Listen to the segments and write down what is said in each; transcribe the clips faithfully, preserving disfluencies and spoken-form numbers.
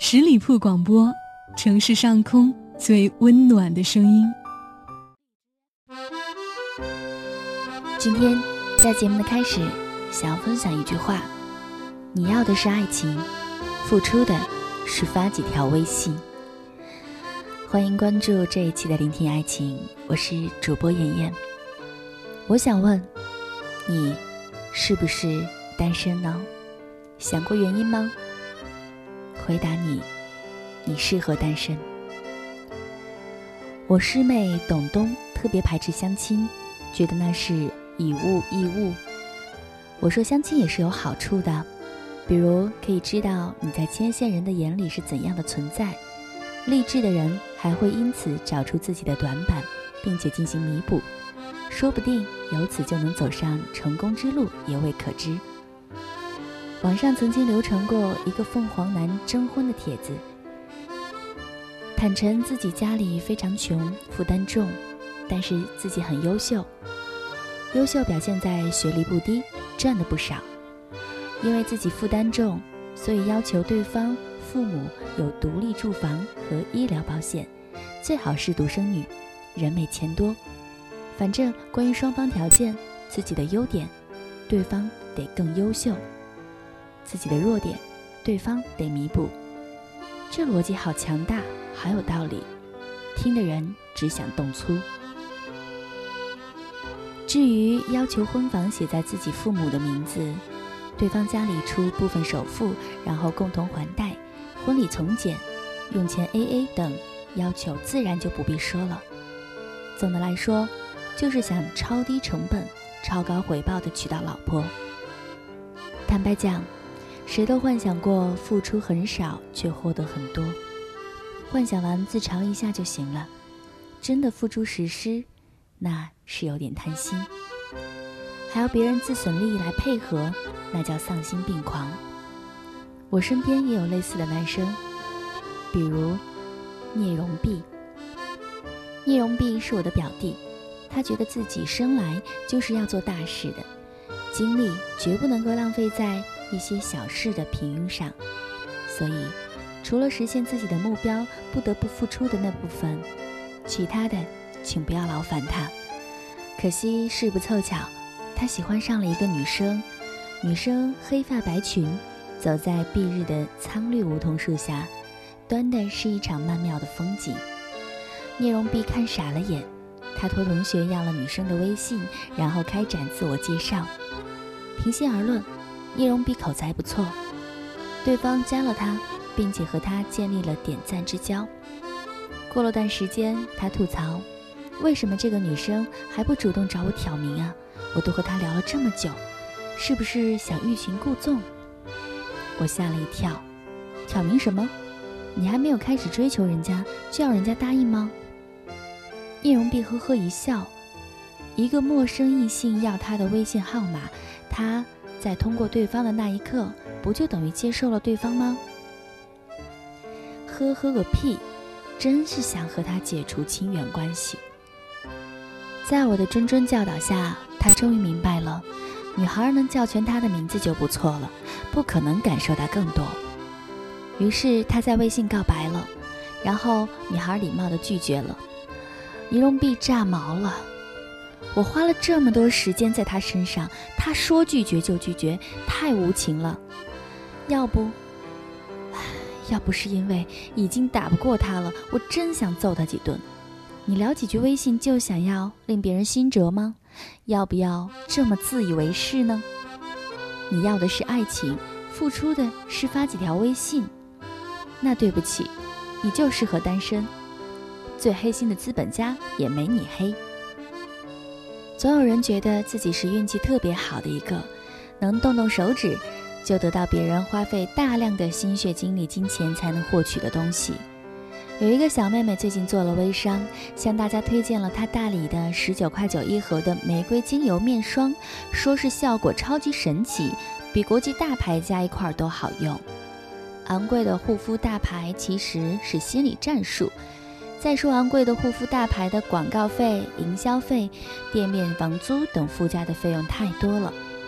十里铺广播，城市上空最温暖的声音。 今天在节目的开始，想要分享一句话：你要的是爱情，付出的是发几条微信。欢迎关注这一期的聆听爱情，我是主播妍妍。我想问你，是不是单身呢？想过原因吗？回答你，你适合单身。我师妹董东特别排斥相亲，觉得那是以物易物。我说相亲也是有好处的，比如可以知道你在牵线人的眼里是怎样的存在，励志的人还会因此找出自己的短板，并且进行弥补，说不定由此就能走上成功之路，也未可知。网上曾经流传过一个凤凰男征婚的帖子，坦诚自己家里非常穷，负担重，但是自己很优秀。优秀表现在学历不低，赚的不少。因为自己负担重，所以要求对方父母有独立住房和医疗保险，最好是独生女，人美钱多。反正关于双方条件，自己的优点，对方得更优秀；自己的弱点，对方得弥补。这逻辑好强大，好有道理，听的人只想动粗。至于要求婚房写在自己父母的名字，对方家里出部分首付，然后共同还贷，婚礼从简，用钱 A A 等要求自然就不必说了。总的来说，就是想超低成本、超高回报地娶到老婆。坦白讲，谁都幻想过付出很少却获得很多，幻想完自嘲一下就行了，真的付诸实施，那是有点贪心。还要别人自损利益来配合，那叫丧心病狂。我身边也有类似的男生，比如聂荣弼。聂荣弼是我的表弟，他觉得自己生来就是要做大事的，精力绝不能够浪费在一些小事的平庸上，所以除了实现自己的目标不得不付出的那部分，其他的请不要劳烦他。可惜事不凑巧，他喜欢上了一个女生，女生黑发白裙，走在蔽日的苍绿梧桐树下，端的是一场曼妙的风景。聂荣弼看傻了眼，他托同学要了女生的微信，然后开展自我介绍。平心而论，聂荣弼口才不错，对方加了他，并且和他建立了点赞之交。过了段时间，他吐槽，为什么这个女生还不主动找我挑明啊？我都和她聊了这么久，是不是想欲擒故纵？我吓了一跳，挑明什么？你还没有开始追求人家，就要人家答应吗？聂荣弼呵呵一笑，一个陌生异性要他的微信号码，他在通过对方的那一刻，不就等于接受了对方吗？呵呵个屁，真是想和他解除亲缘关系。在我的谆谆教导下，他终于明白了，女孩能叫全他的名字就不错了，不可能感受到更多。于是他在微信告白了，然后女孩礼貌地拒绝了。聂荣弼炸毛了，我花了这么多时间在他身上，他说拒绝就拒绝，太无情了。要不要不是因为已经打不过他了，我真想揍他几顿。你聊几句微信就想要令别人心折吗？要不要这么自以为是呢？你要的是爱情，付出的是发几条微信，那对不起，你就适合单身，最黑心的资本家也没你黑。总有人觉得自己是运气特别好的一个，能动动手指就得到别人花费大量的心血精力金钱才能获取的东西。有一个小妹妹最近做了微商，向大家推荐了她大理的十九块九一盒的玫瑰精油面霜，说是效果超级神奇，比国际大牌加一块都好用。昂贵的护肤大牌其实是心理战术，再说昂贵的护肤大牌的广告费、营销费、店面房租等附加的费用太多了，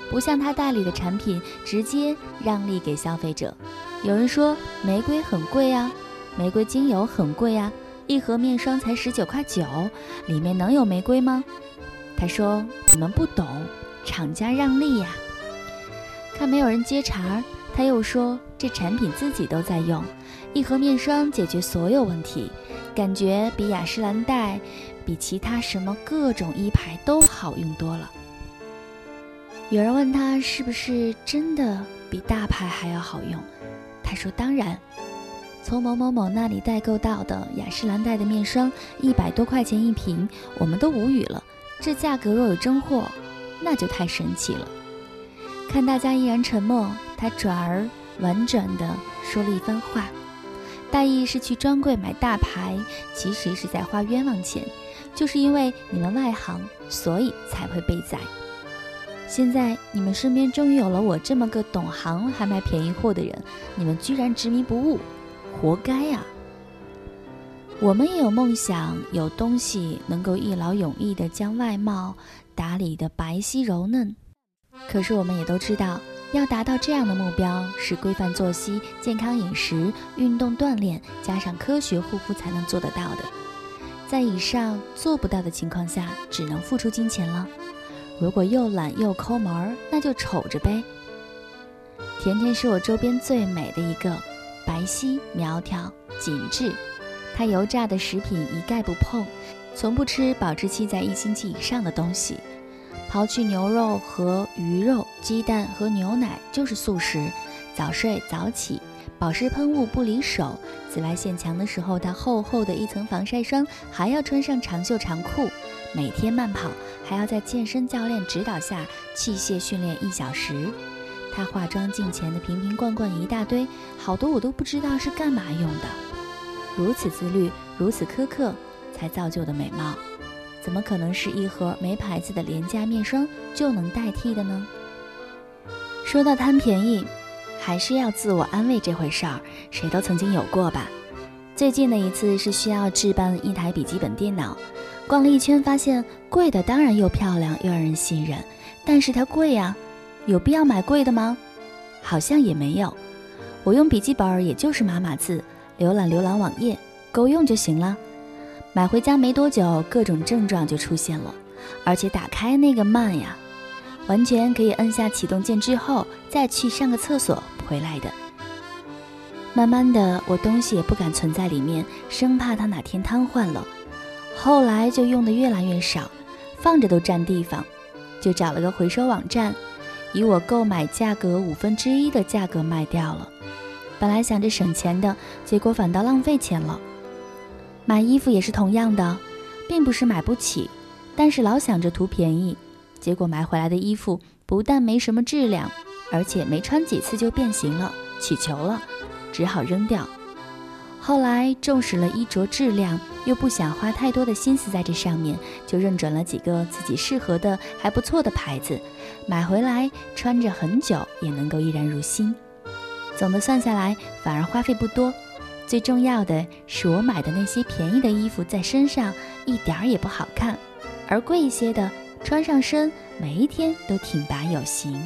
不像他代理的产品直接让利给消费者。有人说玫瑰很贵啊，玫瑰精油很贵啊，一盒面霜才十九块九，里面能有玫瑰吗？他说你们不懂，厂家让利呀。看没有人接茬，他又说这产品自己都在用，一盒面霜解决所有问题，感觉比雅诗兰黛，比其他什么各种一牌都好用多了。有人问他是不是真的比大牌还要好用，他说当然，从某某某那里代购到的雅诗兰黛的面霜一百多块钱一瓶，我们都无语了，这价格若有真货，那就太神奇了。看大家依然沉默，他转而婉转地说了一番话，大意是去专柜买大牌，其实是在花冤枉钱，就是因为你们外行，所以才会被宰。现在你们身边终于有了我这么个懂行还卖便宜货的人，你们居然执迷不悟，活该啊！我们也有梦想，有东西能够一劳永逸地将外貌打理得白皙柔嫩，可是我们也都知道，要达到这样的目标，是规范作息、健康饮食、运动锻炼，加上科学护肤才能做得到的。在以上做不到的情况下，只能付出金钱了。如果又懒又抠门，那就瞅着呗。甜甜是我周边最美的一个，白皙苗条紧致，她油炸的食品一概不碰，从不吃保质期在一星期以上的东西。刨去牛肉和鱼肉，鸡蛋和牛奶就是素食。早睡早起，保湿喷雾不离手。紫外线强的时候，它厚厚的一层防晒霜，还要穿上长袖长裤。每天慢跑，还要在健身教练指导下器械训练一小时。她化妆镜前的瓶瓶罐罐一大堆，好多我都不知道是干嘛用的。如此自律，如此苛刻，才造就的美貌。怎么可能是一盒没牌子的廉价面霜就能代替的呢？说到贪便宜，还是要自我安慰这回事儿，谁都曾经有过吧。最近的一次是需要置办一台笔记本电脑，逛了一圈发现贵的当然又漂亮又让人信任，但是它贵呀，有必要买贵的吗？好像也没有。我用笔记本也就是码码字，浏览浏览网页，够用就行了。买回家没多久，各种症状就出现了，而且打开那个慢呀，完全可以摁下启动键之后再去上个厕所回来的。慢慢的，我东西也不敢存在里面，生怕它哪天瘫痪了。后来就用的越来越少，放着都占地方，就找了个回收网站，以我购买价格五分之一的价格卖掉了。本来想着省钱的，结果反倒浪费钱了。买衣服也是同样的，并不是买不起，但是老想着图便宜，结果买回来的衣服不但没什么质量，而且没穿几次就变形了，起球了，只好扔掉。后来重视了衣着质量，又不想花太多的心思在这上面，就认准了几个自己适合的还不错的牌子，买回来穿着很久也能够依然入心。总的算下来反而花费不多，最重要的是我买的那些便宜的衣服在身上一点儿也不好看，而贵一些的穿上身每一天都挺拔有型。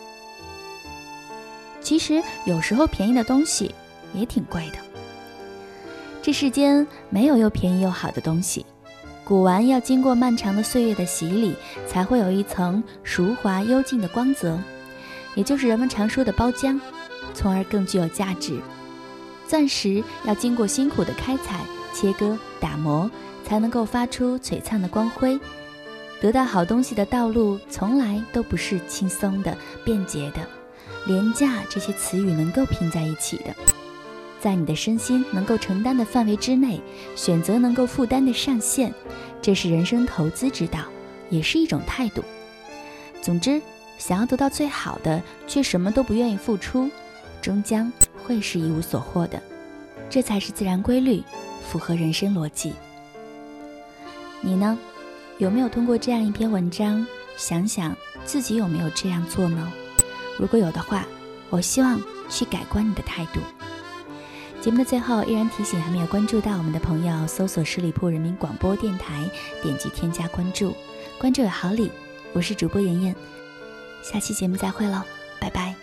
其实有时候便宜的东西也挺贵的，这世间没有又便宜又好的东西，古玩要经过漫长的岁月的洗礼，才会有一层熟滑幽静的光泽，也就是人们常说的包浆，从而更具有价值。钻石要经过辛苦的开采、切割、打磨，才能够发出璀璨的光辉。得到好东西的道路从来都不是轻松的、便捷的，廉价这些词语能够拼在一起的。在你的身心能够承担的范围之内，选择能够负担的上限，这是人生投资之道，也是一种态度。总之，想要得到最好的，却什么都不愿意付出，终将会是一无所获的，这才是自然规律，符合人生逻辑。你呢？有没有通过这样一篇文章，想想自己有没有这样做呢？如果有的话，我希望去改观你的态度。节目的最后，依然提醒还没有关注到我们的朋友，搜索十里铺人民广播电台，点击添加关注，关注有好礼。我是主播妍妍， 下期节目再会喽，拜拜。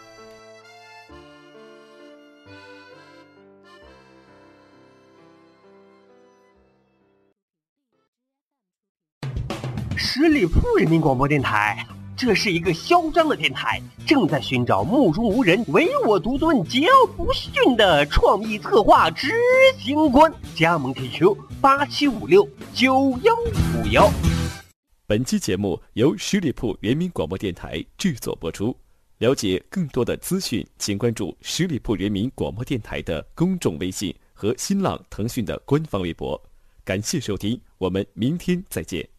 十里铺人民广播电台，这是一个嚣张的电台，正在寻找目中无人、唯我独尊、桀骜不驯的创意策划执行官。加盟 Q Q 八七五六九幺五幺。 本期节目由十里铺人民广播电台制作播出。了解更多的资讯，请关注十里铺人民广播电台的公众微信和新浪、腾讯的官方微博。感谢收听，我们明天再见。